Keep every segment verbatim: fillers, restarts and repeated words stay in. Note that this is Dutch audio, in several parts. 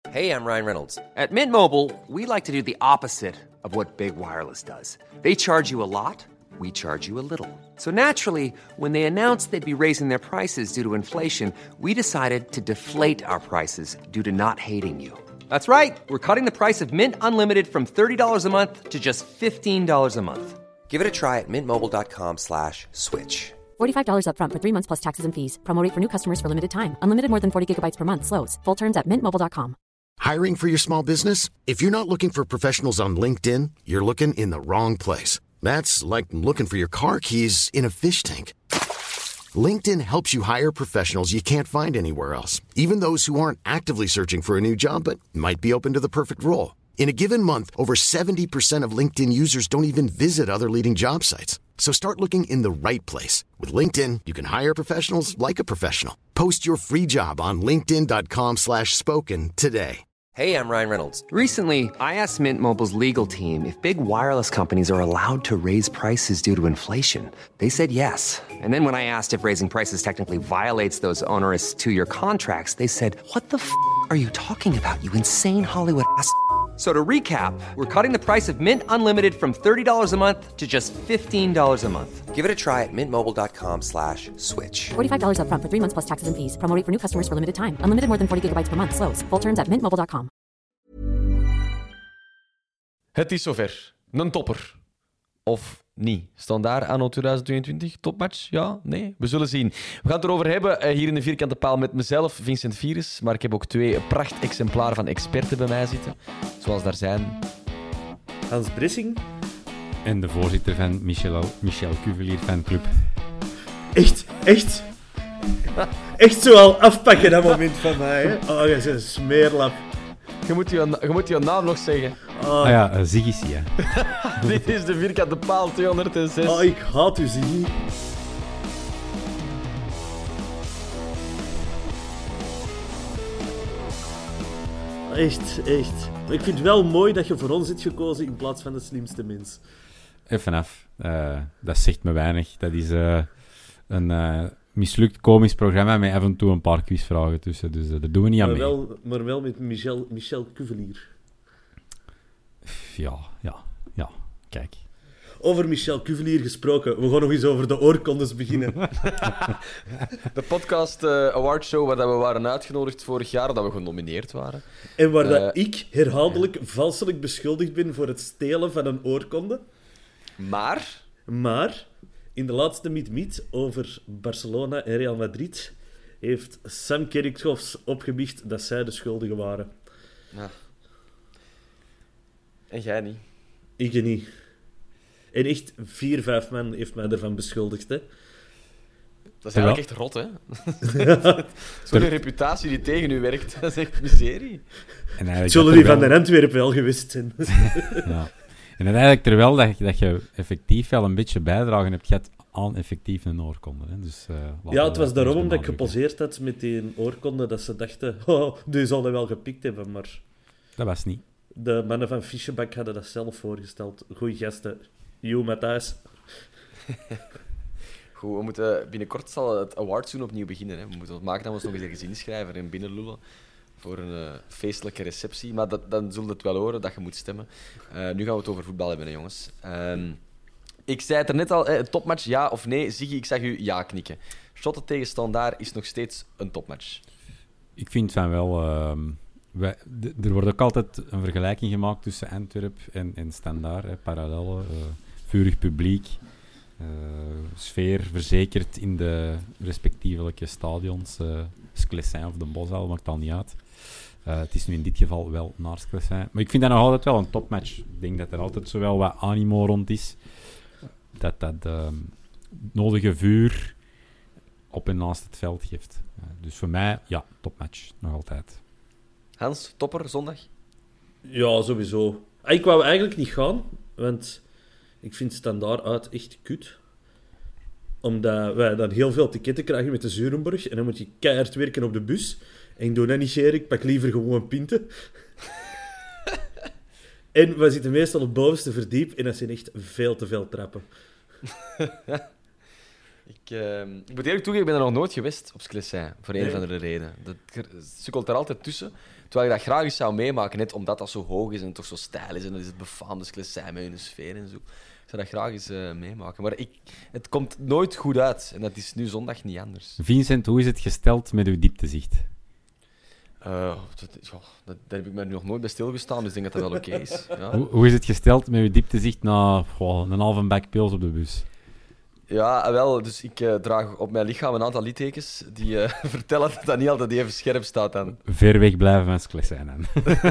Hey, I'm Ryan Reynolds. At Mint Mobile, we like to do the opposite of what Big Wireless does. They charge you a lot, we charge you a little. So naturally, when they announced they'd be raising their prices due to inflation, we decided to deflate our prices due to not hating you. That's right. We're cutting the price of Mint Unlimited from thirty dollars a month to just fifteen dollars a month. Give it a try at mintmobile.com slash switch. forty-five dollars up front for three months plus taxes and fees. Promo rate for new customers for limited time. Unlimited more than forty gigabytes per month slows. Full terms at mint mobile dot com. Hiring for your small business? If you're not looking for professionals on LinkedIn, you're looking in the wrong place. That's like looking for your car keys in a fish tank. LinkedIn helps you hire professionals you can't find anywhere else, even those who aren't actively searching for a new job but might be open to the perfect role. In a given month, over seventy percent of LinkedIn users don't even visit other leading job sites. So start looking in the right place. With LinkedIn, you can hire professionals like a professional. Post your free job on linkedin.com slash spoken today. Hey, I'm Ryan Reynolds. Recently, I asked Mint Mobile's legal team if big wireless companies are allowed to raise prices due to inflation. They said yes. And then when I asked if raising prices technically violates those onerous two-year contracts, they said, what the f*** are you talking about, you insane Hollywood ass f- So to recap, we're cutting the price of Mint Unlimited from thirty dollars a month to just fifteen dollars a month. Give it a try at mintmobile.com slash switch. forty-five dollars up front for three months plus taxes and fees. Promo rate for new customers for limited time. Unlimited more than forty gigabytes per month slows. Full terms at mint mobile dot com. Het is zover. Een topper. Of niet. Standaard anno twintig tweeëntwintig. Topmatch? Ja? Nee? We zullen zien. We gaan het erover hebben uh, hier in de Vierkante Paal met mezelf, Vincent Virus. Maar ik heb ook twee prachtexemplaren van experten bij mij zitten. Zoals daar zijn... Hans Bressing. En de voorzitter van Michel, Michel Cuvelier Fanclub. Echt, echt. Echt zo al afpakken, dat moment van mij. Hè? Oh, je bent een smeerlap. Je moet je, je moet je naam nog zeggen. Oh, Ah ja, uh, Ziggy Sia. Dit is de Vierkante Paal tweehonderdzes. oh ik haat u, Ziggy. Echt, echt. Ik vind het wel mooi dat je voor ons hebt gekozen in plaats van de slimste mens. Even af. Uh, dat zegt me weinig. Dat is uh, een uh, mislukt komisch programma met af en toe een paar quizvragen tussen. Dus uh, daar doen we niet aan Maar mee. wel, maar wel met Michel, Michel Cuvelier. Ja, ja, ja. Kijk. Over Michel Cuvelier gesproken. We gaan nog eens over de oorkondes beginnen. De podcast uh, awardshow waar dat we waren uitgenodigd vorig jaar, dat we genomineerd waren. En waar Uh, dat ik herhaaldelijk valselijk beschuldigd ben voor het stelen van een oorkonde. Maar... Maar in de laatste Meet-Meet over Barcelona en Real Madrid heeft Sam Kerkhoffs opgebiecht dat zij de schuldigen waren. Ja. En jij niet. Ik niet. En echt vier, vijf man heeft mij ervan beschuldigd, hè. Dat is eigenlijk echt rot, hè? Zo'n reputatie die tegen u werkt, dat is echt miserie. En eigenlijk Zullen dat die er van wel- de Antwerpen wel gewist zijn? Ja. En uiteindelijk terwijl dat je, dat je effectief wel een beetje bijdragen hebt gehad aan effectief een oorkonde. Hè. Dus, uh, Ja, het was daarom omdat ik geposeerd had met die oorkonde dat ze dachten, oh, die zal dat wel gepikt hebben, maar Dat was niet. de mannen van Fischebak hadden dat zelf voorgesteld. Goeie gasten. Jo, Matthijs. Goed, we moeten binnenkort zal het awardseizoen opnieuw beginnen. Hè. We moeten het maken dat we ons nog eens ergens inschrijven en binnenlullen voor een uh, feestelijke receptie. Maar dat, dan zullen we het wel horen dat je moet stemmen. Uh, nu gaan we het over voetbal hebben, hè, jongens. Um, ik zei het er net al, hè, een topmatch, ja of nee? Ziggy, ik zag u ja knikken. Schotten tegen Standaard is nog steeds een topmatch. Ik vind van wel... Uh, wij, d- er wordt ook altijd een vergelijking gemaakt tussen Antwerp en, en Standaard. Hè, parallellen, uh, vurig publiek. Uh, sfeer verzekerd in de respectievelijke stadions. Uh, Sclessin of de Bosuil, maakt al niet uit. Uh, het is nu in dit geval wel naar Sclessin. Maar ik vind dat nog altijd wel een topmatch. Ik denk dat er altijd zo wel wat animo rond is. Dat dat uh, nodige vuur op en naast het veld geeft. Uh, dus voor mij, ja, topmatch. Nog altijd. Hans, topper, zondag? Ja, sowieso. Ah, Ik wou eigenlijk niet gaan, want ik vind Standaard uit echt kut. Omdat wij dan heel veel ticketten krijgen met de Zurenburg en dan moet je keihard werken op de bus. En ik doe dat niet, Erik. Ik pak liever gewoon pinten. En we zitten meestal op het bovenste verdiep en dat zijn echt veel te veel trappen. Ik, uh, ik moet eerlijk toegeven, ik ben er nog nooit geweest op Sclessin, voor een Nee. of andere reden. Dat er sukkelt er altijd tussen. Terwijl ik dat graag eens zou meemaken, net omdat dat zo hoog is en toch zo stijl is. En dat is het befaamde Sclessin met hun sfeer en zo. Ik zou dat graag eens uh, meemaken. Maar ik, het komt nooit goed uit. En dat is nu zondag niet anders. Vincent, hoe is het gesteld met uw dieptezicht? Uh, dat, ja, dat, daar heb ik me nu nog nooit bij stilgestaan, dus ik denk dat dat wel oké okay is. Ja. Hoe, hoe is het gesteld met uw dieptezicht na oh, een halve bak pils op de bus? Ja, wel. Dus ik uh, draag op mijn lichaam een aantal littekens die uh, vertellen dat dat niet altijd even scherp staat dan. Ver weg blijven van Sclessin dan.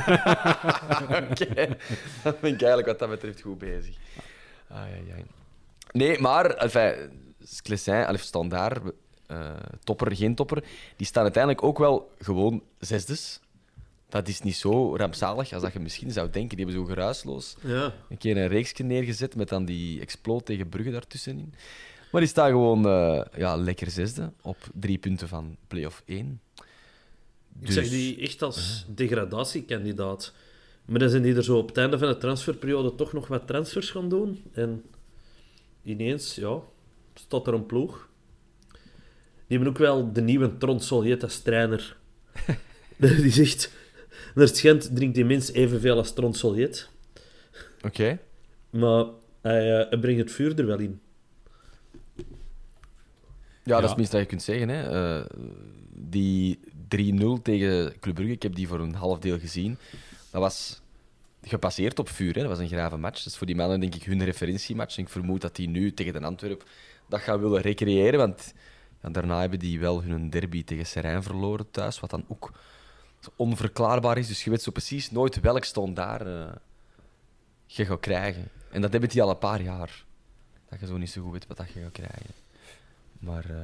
Oké, okay. Dan ben ik eigenlijk wat dat betreft goed bezig. Ai, ai, ai. Nee, maar enfin, Sclessin, Alef Standaard, uh, topper, geen topper, die staan uiteindelijk ook wel gewoon zesdes. Dat is niet zo rampzalig als dat je misschien zou denken. Die hebben zo geruisloos ja. een keer een reeksje neergezet met dan die exploot tegen Brugge daartussenin. Maar die staan gewoon uh, ja, lekker zesde op drie punten van play-off één. Dus... Ik zeg die echt als degradatiekandidaat. Maar dan zijn die er zo op het einde van de transferperiode toch nog wat transfers gaan doen. En ineens, ja, staat er een ploeg. Die hebben ook wel de nieuwe Trond Soljet als trainer. Die zegt... Naar het schijnt drinkt die mens evenveel als Trond Soljet. Oké. Okay. Maar hij, uh, hij brengt het vuur er wel in. Ja, ja. dat is het minste dat je kunt zeggen. Hè. Uh, die drie nul tegen Club Brugge, ik heb die voor een half deel gezien. Dat was gepasseerd op vuur. Hè. Dat was een grave match. Dat is voor die mannen denk ik hun referentiematch. En ik vermoed dat die nu tegen de Antwerp dat gaan willen recreëren. Want ja, daarna hebben die wel hun derby tegen Serijn verloren thuis. Wat dan ook onverklaarbaar is. Dus je weet zo precies nooit welk stond daar uh, je gaat krijgen. En dat hebben die al een paar jaar. Dat je zo niet zo goed weet wat dat je gaat krijgen. Maar... Uh...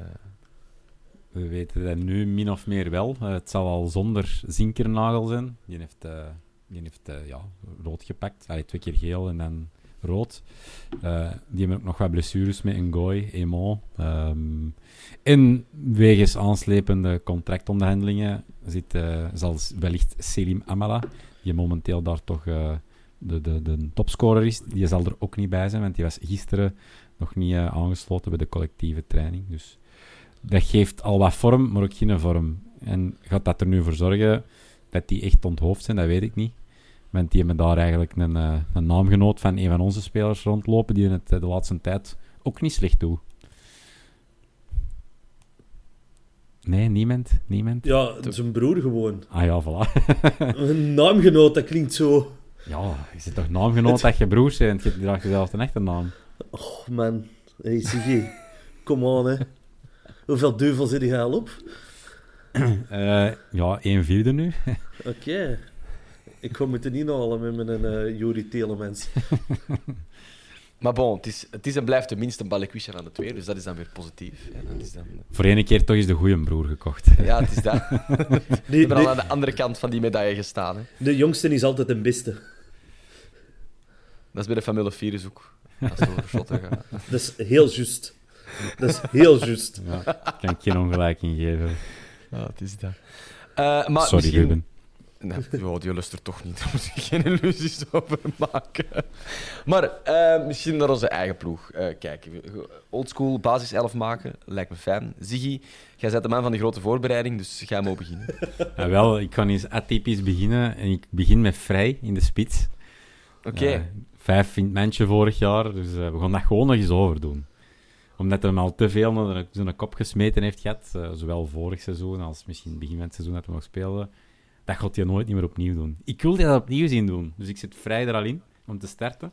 We weten dat nu min of meer wel. Uh, het zal al zonder Zinkernagel zijn. Die heeft, uh, die heeft uh, ja, rood gepakt. Allee, twee keer geel en dan rood. Uh, die hebben ook nog wat blessures met Ngoy, Emo. Um, en wegens aanslepende contractonderhandelingen zit uh, zelfs wellicht Selim Amala, die momenteel daar toch uh, de, de, de topscorer is. Die zal er ook niet bij zijn, want die was gisteren nog niet uh, aangesloten bij de collectieve training. Dus dat geeft al wat vorm, maar ook geen vorm. En gaat dat er nu voor zorgen dat die echt onthoofd zijn? Dat weet ik niet. Want die hebben daar eigenlijk een, uh, een naamgenoot van een van onze spelers rondlopen, die het uh, de laatste tijd ook niet slecht doet. Nee, niemand? niemand? Ja, zijn broer gewoon. Ah ja, voilà. Een naamgenoot, dat klinkt zo... Ja, je zit toch naamgenoot dat je broers bent? Je draagt jezelf een echte naam. Oh, man. Hey, Siggy. Kom aan, hè. Hoeveel duivel zit je al op? Uh, ja, één vierde nu. Oké. Okay. Ik ga moeten inhalen met mijn uh, Juri Telemans. Maar bon, het is, het is en blijft tenminste een balekwisje van de twee, dus dat is dan weer positief. Ja, dat is dan... Voor één keer toch eens de goeie broer gekocht. Ja, het is dat. We hebben al aan de andere kant van die medaille gestaan. Hè. De jongste is altijd de beste. Dat is bij de familie Virus ook. Als het over shotten gaat. Dat is heel juist. Dat is heel juist. Ja, daar kan ik geen ongelijk in geven. Ja, het is dat. Uh, maar Sorry, misschien... Ruben. Nee, joh, die lust er toch niet. Daar moet ik geen illusies over maken. Maar uh, misschien naar onze eigen ploeg uh, kijken. Oldschool basis elf maken, lijkt me fijn. Ziggy, jij bent de man van de grote voorbereiding, dus ga maar beginnen. Ja, wel, ik ga eens atypisch beginnen. En ik begin met Vrij in de spits. Oké. Okay. Uh, vijf in het mandje vorig jaar, dus uh, we gaan dat gewoon nog eens overdoen. Omdat hij hem al te veel naar zijn kop gesmeten heeft gehad, uh, zowel vorig seizoen als misschien begin van het seizoen dat we nog speelden. Dat gaat hij nooit niet meer opnieuw doen. Ik wil dat opnieuw zien doen. Dus ik zit Vrij er al in om te starten.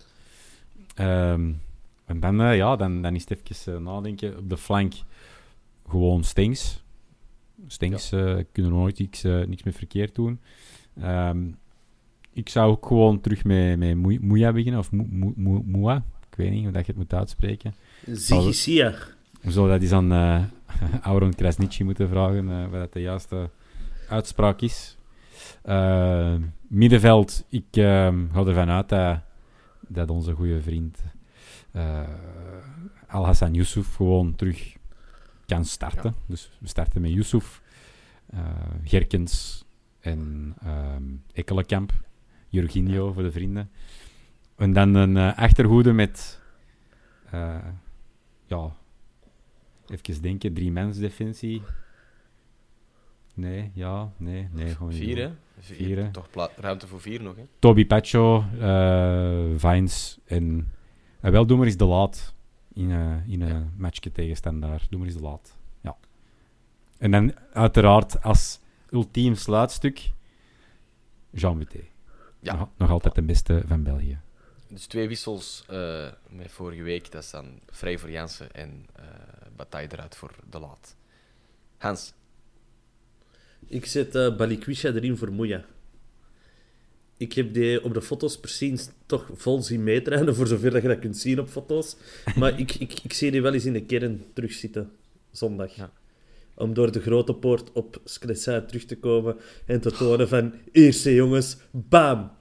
Um, en dan, uh, ja, dan, dan is het even uh, nadenken. Op de flank gewoon Stengs. Stengs ja. uh, kunnen we nooit niks, uh, niks meer verkeerd doen. Um, ik zou ook gewoon terug met, met Moeja beginnen. Of Moeja. Ik weet niet hoe dat je het moet uitspreken. Zigisia. We zullen dat eens aan uh, Auron Krasniqi moeten vragen. Uh, wat dat de juiste uitspraak is. Uh, middenveld, ik uh, ga ervan uit dat, dat onze goede vriend uh, Al-Hassan Yusuf gewoon terug kan starten. Ja. Dus we starten met Yusuf, uh, Gerkens en um, Ekkelenkamp, Jorginho ja. voor de vrienden. En dan een uh, achterhoede met uh, ja, even denken, drie mens defensie. Nee, ja, nee, nee. Gewoon Vier, hè? Vier, Vier, hè. toch pla- ruimte voor vier nog, hè? Toby Pacho, uh, Vines en... en wel, doe maar eens De Laat in, uh, in een Ja. matchje tegen Standaard. Doe maar eens De Laat. Ja. En dan uiteraard als ultiem sluitstuk Jean Buté. Ja. Nog, nog altijd de beste van België. Dus twee wissels uh, met vorige week. Dat is dan vrij voor Jansen en uh, Bataille eruit voor De Laat. Hans? Ik zet uh, Balikwisha erin voor Moeja. Ik heb die op de foto's precies toch vol zien meetrainen, voor zover dat je dat kunt zien op foto's. Maar ik, ik, ik zie die wel eens in de kern terugzitten, zondag. Ja. Om door de grote poort op Sclessin terug te komen en te tonen van... Eerste jongens, bam!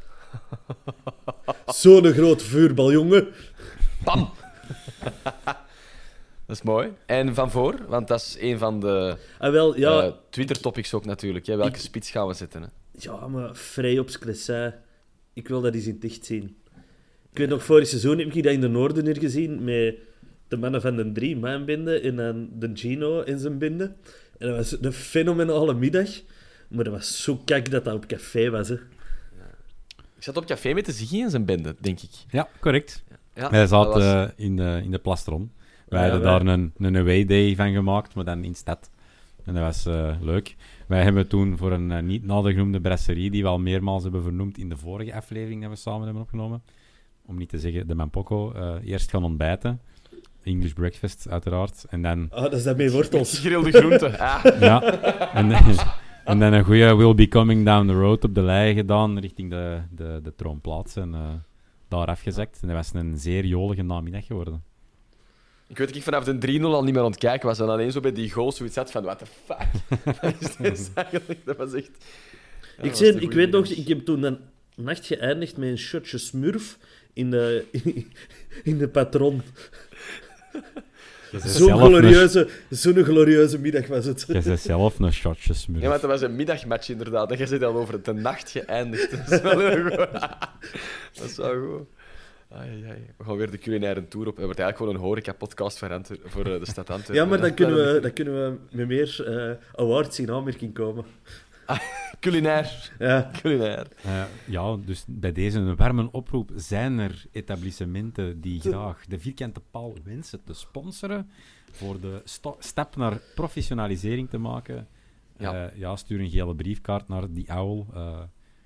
Zo'n groot vuurbal, jongen. Bam! Dat is mooi. En van voor, want dat is een van de Ah, wel, ja... uh, Twitter-topics ook natuurlijk. Hè. Welke Ik- spits gaan we zetten? Hè? Ja, maar vrij op Sclessin. Ik wil dat eens in het echt zien. Ik weet nog, vorig seizoen heb ik dat in de Noordener gezien met de mannen van de drie, mijn binde, en dan de Gino in zijn binde. En dat was een fenomenale middag. Maar dat was zo kak dat dat op café was, hè. Ik zat op café met de Ziggy in zijn bende, denk ik. Ja, correct. Ja, Hij zat dat was- eh, in, de, in de Plastron. Wij Ja, hadden wij- daar een, een away day van gemaakt, maar dan in stad. En dat was eh, leuk. Wij hebben toen voor een eh, niet nader genoemde brasserie, die we al meermaals hebben vernoemd in de vorige aflevering dat we samen hebben opgenomen, om niet te zeggen de Mampoko, eh, eerst gaan ontbijten. English breakfast, uiteraard. En dan, Ah, dat is dat met wortels. Gegrilde groenten. Ah. ja, en, en dan een goede Will Be Coming Down the Road op de lei gedaan, richting de, de, de troonplaats. En uh, daar afgezakt. En dat was een zeer jolige namiddag geworden. Ik weet dat ik vanaf de drie nul al niet meer aan het kijken was en alleen zo bij die goal zoiets had van, what the fuck? Wat is dit eigenlijk? Dat was echt... Ja, ik, dat zei, was de ik goeie weet nog, middag. ik heb toen een nacht geëindigd met een shotje smurf in de, in de patron. Je Zo'n glorieuze, zo'n glorieuze middag was het. Je bent zelf een shotje smurf. Ja, maar dat was een middagmatch inderdaad. En je zit al over de nacht geëindigd. Dat is wel heel goed. Dat is wel goed. Ai, ai, ai. We gaan weer de culinaire tour op. Het wordt eigenlijk gewoon een horeca-podcast voor, Antwer- voor uh, de stad Antwerpen. Ja, maar dan kunnen we, dan kunnen we met meer uh, awards in aanmerking komen. Culinair. Ja. Culinair. Uh, ja, dus bij deze een warme oproep. Zijn er etablissementen die graag de vierkante paal wensen te sponsoren voor de sto- stap naar professionalisering te maken? Ja. Ja. Uh, ja, stuur een gele briefkaart naar die owl uh,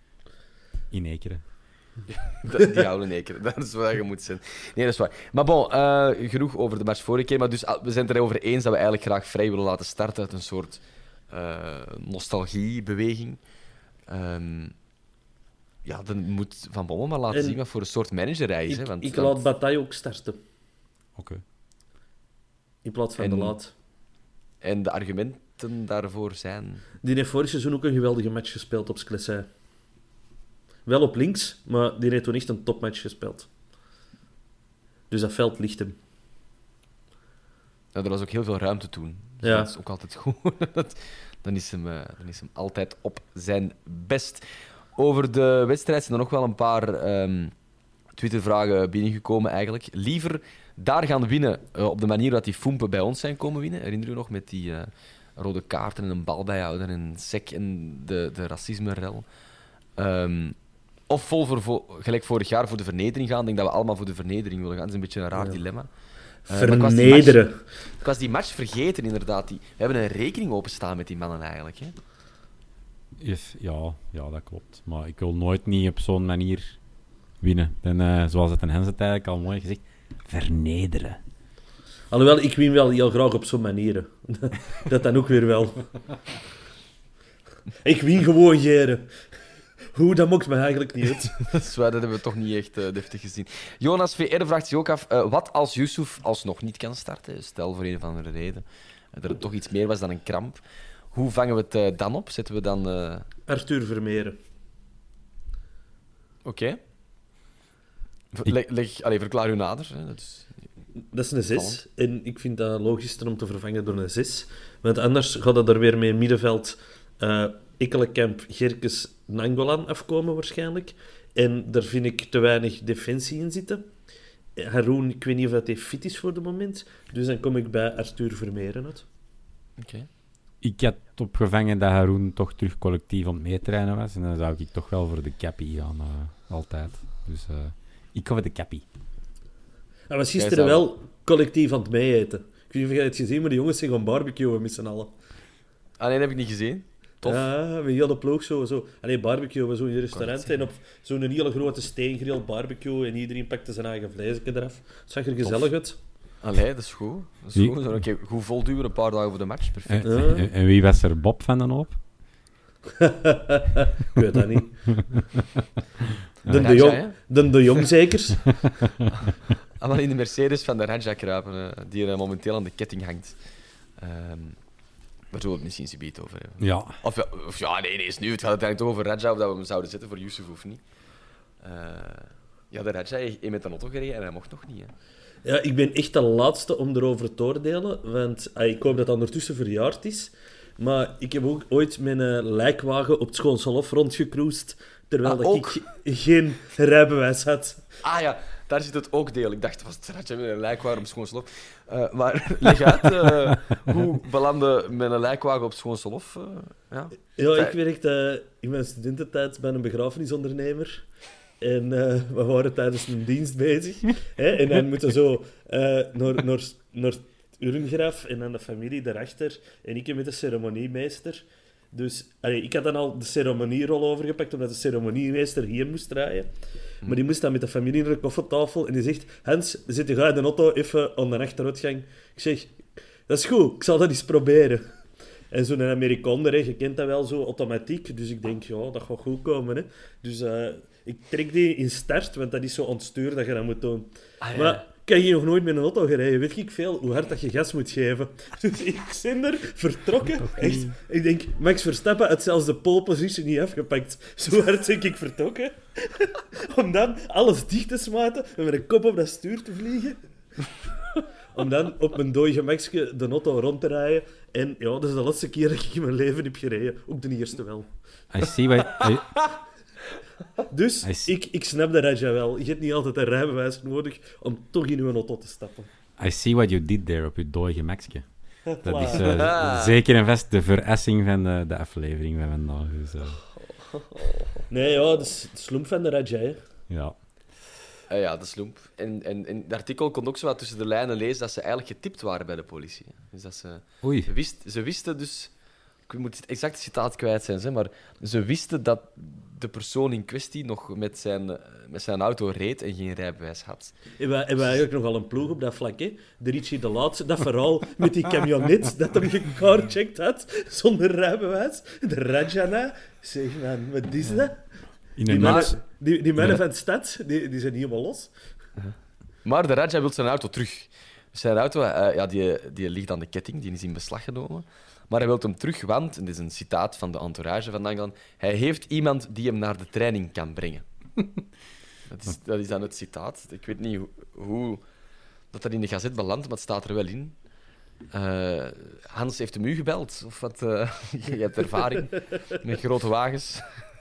in Ekeren. De, die oude neker, dat is waar je moet zijn. Nee, dat is waar. Maar bon, uh, genoeg over de match vorige keer. Maar dus, we zijn het erover eens dat we eigenlijk graag vrij willen laten starten uit een soort uh, nostalgiebeweging. Um, ja, dan moet Van Bommel maar laten En zien wat voor een soort manager hij is. Ik, hè, want, ik want- laat Bataille ook starten. Oké. Okay. In plaats van En- de laat. En de argumenten daarvoor zijn... Die heeft vorig seizoen ook een geweldige match gespeeld op Sclessin. Wel op links, maar die heeft toen echt een topmatch gespeeld. Dus dat veld ligt hem. Nou, er was ook heel veel ruimte toen. Dus Ja. dat is ook altijd goed. Dat- dan, is hem, uh, dan is hem altijd op zijn best. Over de wedstrijd zijn er nog wel een paar um, Twitter-vragen binnengekomen eigenlijk. Liever daar gaan winnen uh, op de manier dat die Foempen bij ons zijn komen winnen. Herinner je nog met die uh, rode kaarten en een bal bijhouden en een sec en de, de racisme-rel. Um, of vol voor, voor, gelijk vorig jaar voor de vernedering gaan. Ik denk dat we allemaal voor de vernedering willen gaan. Dat is een beetje een raar Ja. dilemma. Uh, maar ik was die Vernederen. match- Ik was die match vergeten, inderdaad. Die, we hebben een rekening openstaan met die mannen eigenlijk. Hè? Yes, ja, ja, dat klopt. Maar ik wil nooit niet op zo'n manier winnen. En, uh, zoals het in Hens het eigenlijk al mooi gezegd, vernederen. Alhoewel, ik win wel heel graag op zo'n manieren. Dat dan ook weer wel. Ik win gewoon, Geren. Hoe, dat maakt me eigenlijk niet uit. Dat is waar, dat hebben we toch niet echt uh, deftig gezien. Jonas V R vraagt zich ook af, uh, wat als Yusuf alsnog niet kan starten? Stel voor een of andere reden uh, dat het toch iets meer was dan een kramp. Hoe vangen we het uh, dan op? Zetten we dan... Uh... Arthur Vermeeren. Oké. Okay. Leg, leg, allez, verklaar u nader. Hè. Dat is... Dat is een zes. En ik vind dat logischer om te vervangen door een zes. Want anders gaat dat er weer met middenveld uh, Ekkelenkamp, Gerkes, Nangolan afkomen waarschijnlijk. En daar vind ik te weinig defensie in zitten. Haroun, ik weet niet of hij fit is voor het moment. Dus dan kom ik bij Arthur Vermeeren uit. Oké. Okay. ik had opgevangen dat Haroun toch terug collectief aan het meetrainen was. En dan zou ik toch wel voor de cappie gaan, uh, altijd. Dus uh, ik ga voor de cappie. Hij was gisteren wel collectief aan het meeeten. Ik weet niet of je het gezien, maar de jongens zijn gaan barbecuen met z'n allen. Ah, nee, heb ik niet gezien. Tof. Ja, met heel de ploeg zo. zo. Allee, barbecue, we zo in een restaurant en op zo'n hele grote steengrill barbecue en iedereen pakte zijn eigen vleesje eraf. Het zag er gezellig uit. Allee, dat is goed. Dat is goed. Okay, goed volduwen, een paar dagen voor de match. Perfect. En, ja. en, en wie was er Bob van den Hoop? Ik weet dat niet. De, de, jong, de, de Jong zeker. Allemaal in de Mercedes van de Raja kruipen, uh, die er momenteel aan de ketting hangt. Um, Daar zullen we het misschien subiet over hebben. Ja. Of, of ja, nee, nee, is nu. Het gaat uiteindelijk over Raja, of dat we hem zouden zetten voor Yusuf of niet. Uh, ja, de Raja heeft met een auto gereden en hij mocht nog niet. Hè. Ja, ik ben echt de laatste om erover te oordelen, want ah, ik hoop dat dat ondertussen verjaard is. Maar ik heb ook ooit mijn uh, lijkwagen op het Schoonselhof rondgecruised, terwijl ah, ik ge- geen rijbewijs had. Ah ja, daar zit het ook deel. Ik dacht, was het Raja met een lijkwagen op Schoonselhof? Uh, maar leg uit, uh, hoe belandde met een lijkwagen op Schoonselhof? Uh, ja, ja ik werkte uh, in mijn studententijd bij een begrafenisondernemer. En uh, we waren tijdens een dienst bezig. Hè? En dan moeten we zo uh, naar, naar, naar het urngraf en dan de familie daarachter. En ik met de ceremoniemeester. Dus allee, ik had dan al de ceremonierol overgepakt, omdat de ceremoniemeester hier moest draaien. Maar die moest dan met de familie naar de koffietafel. En die zegt, Hans, zet je in de auto even aan de achteruitgang. Ik zeg, dat is goed, ik zal dat eens proberen. En zo'n Amerikaner, je kent dat wel zo automatiek. Dus ik denk, ja, dat gaat goed komen. Hè. Dus uh, ik trek die in start, want dat is zo ontstuur dat je dat moet doen. Ah, ja. Maar ik heb hier nog nooit met een auto gereden. Weet ik veel hoe hard dat je gas moet geven. Dus ik ben er vertrokken. Echt, ik denk, Max Verstappen had zelfs de pole position niet afgepakt. Zo hard denk ik vertrokken. Om dan alles dicht te smaten en met een kop op dat stuur te vliegen. Om dan op mijn dooi gemakje de auto rond te rijden. En ja, dat is de laatste keer dat ik in mijn leven heb gereden. Ook de eerste wel. I see what... I... Dus ik, ik snap de Raja wel. Je hebt niet altijd een rijbewijs nodig om toch in uw auto te stappen. I see what you did there op je dooi gemakje. Dat is uh, zeker en vast de verrassing van de, de aflevering van vandaag. Dus, uh... Nee, ja, dat is het sloemp van de Raja, hè. Ja. Uh, ja, de sloemp. En, en, en het artikel kon ook zo wat tussen de lijnen lezen dat ze eigenlijk getipt waren bij de politie. Dus dat ze, Oei. Wist, ze wisten dus... Ik moet het exacte citaat kwijt zijn, hè, maar ze wisten dat de persoon in kwestie nog met zijn, met zijn auto reed en geen rijbewijs had. En wij hebben eigenlijk nogal een ploeg op dat vlak, hè. De Richie de Laatste, dat verhaal met die camionet dat hem gecarcheckt had, zonder rijbewijs. De Rajana, zeg man, wat is dat? In Die een mannen, match... die, die mannen van de stad, die, die zijn niet helemaal los. Maar de Raja wil zijn auto terug. Zijn auto uh, ja, die, die ligt aan de ketting, die is in beslag genomen. Maar hij wil hem terug, want, en dit is een citaat van de entourage van Dangan, hij heeft iemand die hem naar de training kan brengen. dat, is, dat is dan het citaat. Ik weet niet hoe, hoe dat, dat in de gazet belandt, maar het staat er wel in. Uh, Hans heeft hem u gebeld, of wat? Uh, je hebt ervaring met grote wagens.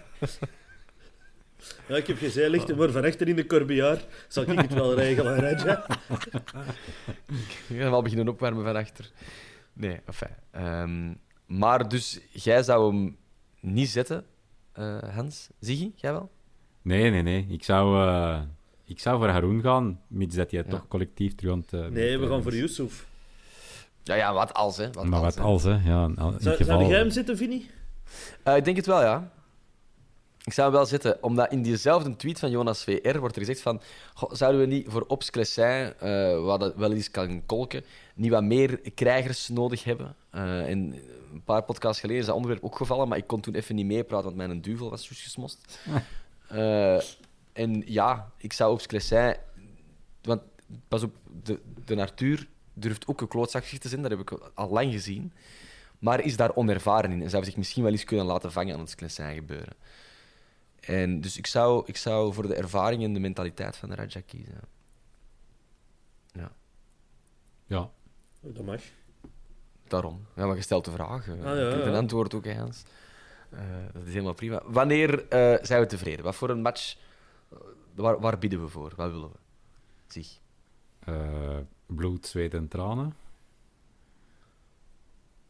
Ja, ik heb gezegd, ligt hem maar van achter in de Corbière. Zal ik het wel regelen, Raja? Ik ga wel beginnen opwarmen van achter. Nee, enfin. Um, maar dus, jij zou hem niet zetten, uh, Hans. Ziggy, jij wel? Nee, nee, nee. Ik zou, uh, ik zou voor Haroun gaan, mits dat hij ja. toch collectief terug aan het... Uh, nee, we gaan voor Yusuf. Ja, ja, wat als, hè. Wat maar als, wat als, hè. Ja, in zou, geval... zou jij hem zitten, Vinnie? Uh, ik denk het wel, ja. Ik zou hem wel zetten, omdat in diezelfde tweet van Jonas V R wordt er gezegd van goh, zouden we niet voor Ops Clessin, uh, wat dat wel eens kan kolken, niet wat meer krijgers nodig hebben? Uh, en een paar podcasts geleden is dat onderwerp ook gevallen, maar ik kon toen even niet meepraten, want mijn duvel was juist gesmost. Uh, en ja, ik zou Ops Clessin... Want pas op, de, de Arthur durft ook een klootzakje te zijn, dat heb ik al lang gezien. Maar is daar onervaren in en zou zich misschien wel eens kunnen laten vangen aan het Clessin gebeuren. En dus ik zou, ik zou voor de ervaring en de mentaliteit van de Raja kiezen. Ja. Ja. Dat mag. Daarom. Ja, maar je stelt de vraag. Uh, ah, ja, ik heb een ja. antwoord ook, Hans. Uh, dat is helemaal prima. Wanneer uh, zijn we tevreden? Wat voor een match... Uh, waar, waar bieden we voor? Wat willen we? Zeg. Uh, bloed, zweet en tranen.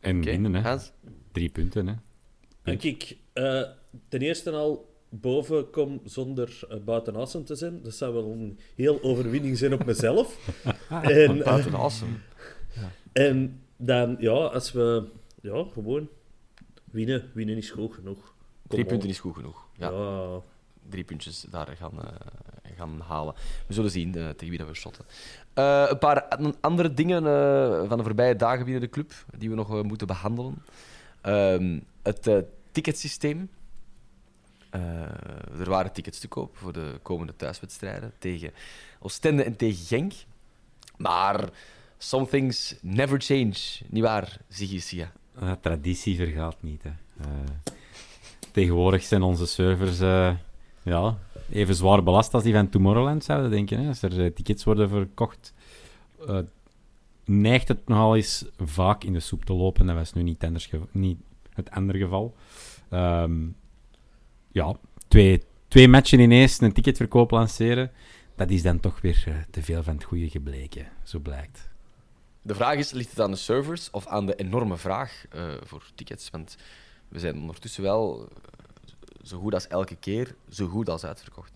En Oké, winnen, hè. Hans? Drie punten, hè. En ik uh, ten eerste al boven kom zonder uh, buiten asem te zijn. Dat zou wel een heel overwinning zijn op mezelf. en, uh, Buiten awesome. en dan, ja, als we ja, gewoon winnen. Winnen is goed genoeg. Kom Drie on. punten is goed genoeg. Ja. Ja. Drie puntjes daar gaan, uh, gaan halen. We zullen zien uh, tegen wie dat we shotten. Uh, een paar an- andere dingen uh, van de voorbije dagen binnen de club die we nog uh, moeten behandelen. Um, het uh, ticketsysteem. Uh, er waren tickets te koop voor de komende thuiswedstrijden tegen Oostende en tegen Genk. Maar some things never change. Niet waar, Ziggy Sia? Uh, traditie vergaat niet, hè. Uh, tegenwoordig zijn onze servers uh, ja, even zwaar belast als die van Tomorrowland, zouden denken. Hè. Als er uh, tickets worden verkocht, uh, neigt het nogal eens vaak in de soep te lopen. Dat was nu niet, gev- niet het andere geval. Um, ja, twee, twee matchen ineens een ticketverkoop lanceren, dat is dan toch weer uh, te veel van het goede gebleken, zo blijkt. De vraag is, ligt het aan de servers of aan de enorme vraag uh, voor tickets? Want we zijn ondertussen wel uh, zo goed als elke keer, zo goed als uitverkocht.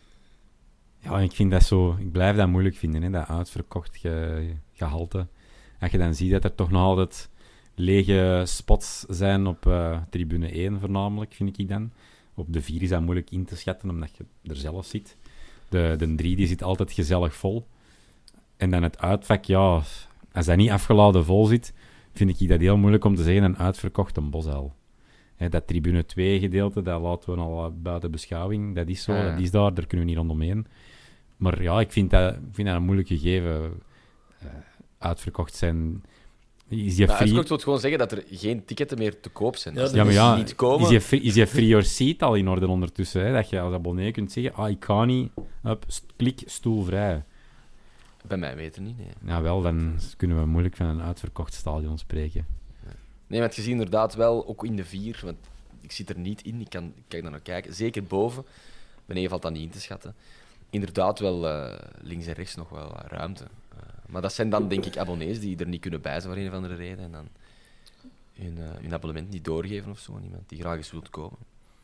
Ja, ik vind dat zo... Ik blijf dat moeilijk vinden, hè, dat uitverkocht ge, gehalte. Als je dan ziet dat er toch nog altijd lege spots zijn op uh, tribune één voornamelijk, vind ik dan. Op de vier is dat moeilijk in te schatten, omdat je er zelf zit. De, de drie die zit altijd gezellig vol. En dan het uitvak, ja... Als dat niet afgeladen vol zit, vind ik dat heel moeilijk om te zeggen een uitverkochte Bosuil. He, dat tribune twee gedeelte, dat laten we al buiten beschouwing. Dat is zo, ja, ja. dat is daar, daar kunnen we niet rondomheen. Maar ja, ik vind dat, ik vind dat een moeilijk gegeven. Uh, uitverkocht zijn... Is die Maar free... uitverkocht wil gewoon zeggen dat er geen ticketten meer te koop zijn. Ja, Als dat Ja, maar die ja, niet komen... is je free, is je free or seat al in orde ondertussen? Hè? Dat je als abonnee kunt zeggen, ah, ik kan niet, up, st- klik, stoel vrij. Bij mij weten niet, nee. Nou wel, dan kunnen we moeilijk van een uitverkocht stadion spreken. Nee, maar je ziet inderdaad wel, ook in de vier, want ik zit er niet in, ik kan ik kijk daar naar kijken, zeker boven, beneden valt dat niet in te schatten, inderdaad wel uh, links en rechts nog wel uh, ruimte. Uh, maar dat zijn dan, denk ik, abonnees die er niet kunnen bij zijn voor een of andere reden en dan hun, uh, hun abonnement niet doorgeven of zo aan iemand die graag eens wilt komen.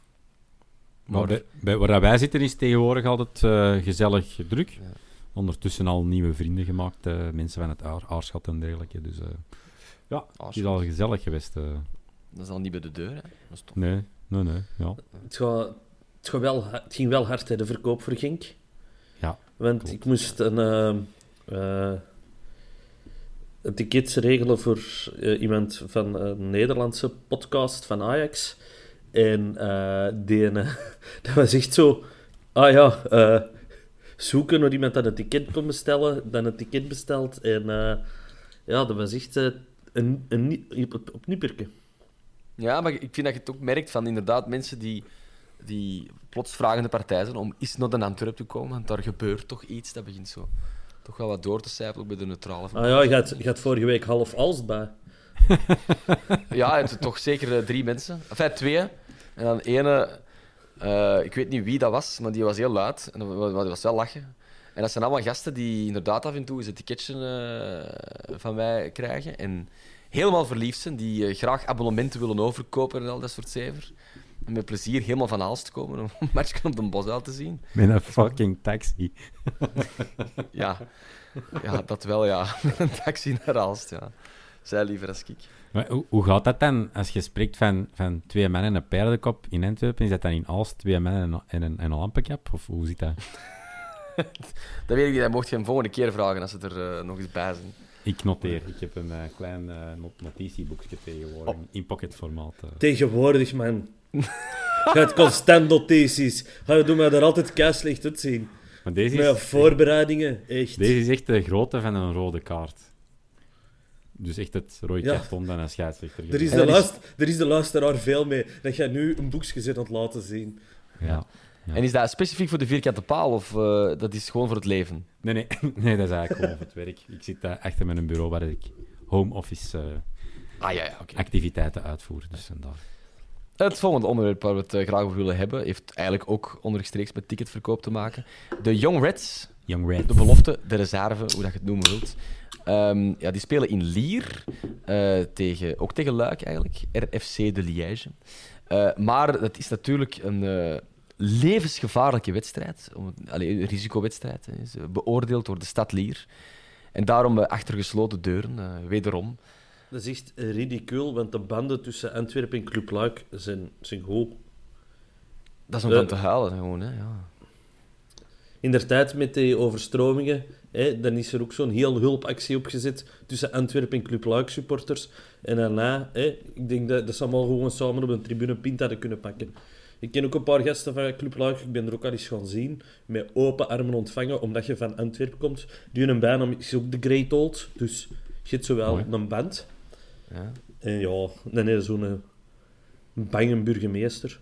Maar bij, bij, waar wij zitten is tegenwoordig altijd uh, gezellig druk. Ja. Ondertussen al nieuwe vrienden gemaakt, uh, mensen van het aar, Aarschat en dergelijke. Dus uh, ja, het is al gezellig geweest. Uh. Dat is al niet bij de deur, hè? Dat is top. Nee, nee, nee. Ja. Het, gaat, het, gaat wel, het ging wel hard, hè, de verkoop voor Genk. Ja, Want klopt. ik moest een, uh, uh, een ticket regelen voor uh, iemand van een Nederlandse podcast van Ajax. En uh, die, uh, dat was echt zo... Ah ja, uh, zoeken naar iemand dat een ticket kon bestellen, dan een ticket bestelt. En uh, ja, dat was echt uh, een, een, een, op, op nipperke. Ja, maar ik vind dat je het ook merkt van inderdaad mensen die, die plots vragende partij zijn om eens naar de Antwerp te komen, want daar gebeurt toch iets, dat begint zo toch wel wat door te sijpelen, ook bij de neutrale. Ah ja, je had, je had vorige week half Alst bij. Ja, het zijn toch zeker uh, drie mensen. Enfin, twee. En dan ene, uh, ik weet niet wie dat was, maar die was heel luid. En dat was, dat was wel lachen. En dat zijn allemaal gasten die inderdaad af en toe eens een ticketje uh, van mij krijgen. En helemaal verliefd zijn, die uh, graag abonnementen willen overkopen en al dat soort zever. En met plezier helemaal van Aalst komen om een match op de Bosuil te zien. Met een fucking taxi. Ja, ja dat wel, ja. Met een taxi naar Aalst, ja. Zij liever als ik. Maar hoe, hoe gaat dat dan als je spreekt van, van twee mannen en een paardenkop in Antwerpen? Is dat dan in Aalst twee mannen en een, en een, en een lampenkap? Of hoe zit dat? Dat weet ik niet, dat mocht je hem volgende keer vragen als ze er uh, nog eens bij zijn. Ik noteer. Ik heb een uh, klein uh, not- notitieboekje tegenwoordig Oh. in pocketformaat. Uh. Tegenwoordig, man. Je hebt constant notities. Je doet mij daar altijd kei slecht uitzien. Maar deze Met is, voorbereidingen, echt. deze is echt de grootte van een rode kaart. Dus echt het rode Ja. karton dan een scheidsrechter. Er is, En de dat is- luister, er is de luisteraar veel mee. Dat jij nu een boekje zit aan het laten zien. Ja. Ja. En is dat specifiek voor de vierkante paal of uh, dat is gewoon voor het leven? Nee, nee, nee, dat is eigenlijk gewoon voor het werk. Ik zit uh, achter met een bureau waar ik home office uh, Ah ja, ja oké. activiteiten uitvoer. Dus vandaar. Het volgende onderwerp waar we het uh, graag over willen hebben, heeft eigenlijk ook onderstreeks met ticketverkoop te maken. De Young Reds, Young Red. de belofte, de reserve, hoe dat je het noemen wilt. Um, ja, die spelen in Lier, uh, tegen, ook tegen Luik eigenlijk, R F C de Liège. Uh, maar het is natuurlijk een uh, levensgevaarlijke wedstrijd, allee, een risicowedstrijd, hè, is beoordeeld door de stad Lier. En daarom uh, achter gesloten deuren, uh, wederom. Dat is echt ridicuul, want de banden tussen Antwerpen en Club Luik zijn, zijn goed. Dat is om uh, van te huilen, gewoon, hè, ja. Inderdaad, met die overstromingen, hè, dan is er ook zo'n heel hulpactie opgezet tussen Antwerpen en Club Luik supporters. En daarna, hè, ik denk dat, dat ze allemaal gewoon samen op een tribune pint hadden kunnen pakken. Ik ken ook een paar gasten van Club Luik, ik ben er ook al eens gaan zien, met open armen ontvangen, omdat je van Antwerpen komt. Die hun bijnaam is ook de Great Old, dus je hebt zowel Mooi. een band. Ja. En ja, dan heb je zo'n uh, bange burgemeester.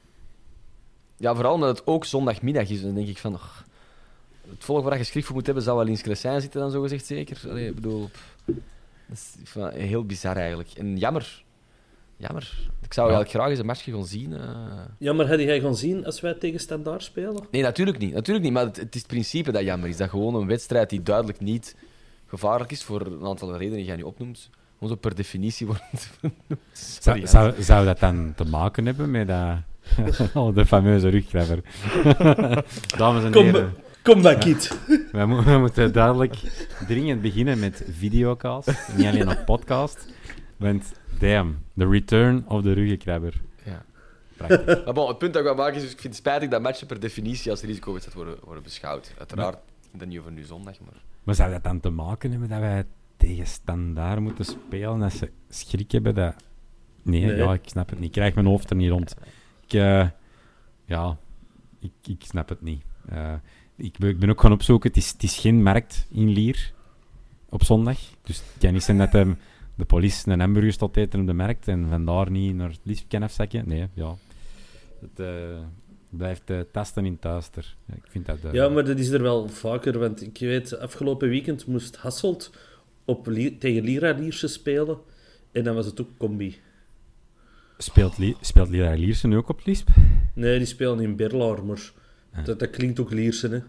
Ja, vooral omdat het ook zondagmiddag is, dan denk ik van... Oh, het volk waar je schrift voor moet hebben, zou wel in Sclessin zitten dan, zogezegd zeker. Allee, ik bedoel... Dat is van, heel bizar eigenlijk. En jammer. Jammer. Ik zou ja. eigenlijk graag eens een matchje gaan zien. Uh... Ja, maar had jij gaan zien als wij tegen Standaard spelen? Nee, natuurlijk niet. Natuurlijk niet. Maar het, het is het principe dat jammer is. Dat gewoon een wedstrijd die duidelijk niet gevaarlijk is, voor een aantal redenen die jij nu opnoemt, gewoon zo per definitie wordt vernoemd. Zou, zou, zou dat dan te maken hebben met dat... oh, de fameuze rugkrabber. Dames en kom, heren. Kom back, kid. Ja, wij, mo- wij moeten duidelijk dringend beginnen met videocast. Niet alleen nog podcast. Want, damn, the return of the ruggenkrabber. Ja. Prachtig. Maar bon, het punt dat ik wil maken is, dus ik vind het spijtig dat matchen per definitie als risicowedstrijd worden, worden beschouwd. Uiteraard, ja. Dat niet over nu zondag, maar... Maar zou dat dan te maken hebben dat wij tegen Standaard moeten spelen als ze schrik hebben dat... Nee, nee. Ja, ik snap het niet. Ik krijg mijn hoofd er niet rond. Ik, uh, ja, ik, ik snap het niet. Uh, ik, ik ben ook gaan opzoeken, het is, het is geen markt in Lier op zondag. Dus het kan niet zijn dat de, de politie een hamburger staat eten op de markt en vandaar niet naar het liefst kan afzakken. Nee, ja. Het uh, blijft uh, tasten in thuister. Ja, ik vind dat, uh, ja, maar dat is er wel vaker, want ik weet, afgelopen weekend moest Hasselt op Lier, tegen Lira Lierse spelen en dan was het ook combi. Speelt, Li- speelt Lira Lierse nu ook op Lisp? Nee, die spelen in Berlaar, maar ah. dat, dat klinkt ook Lierse, hè.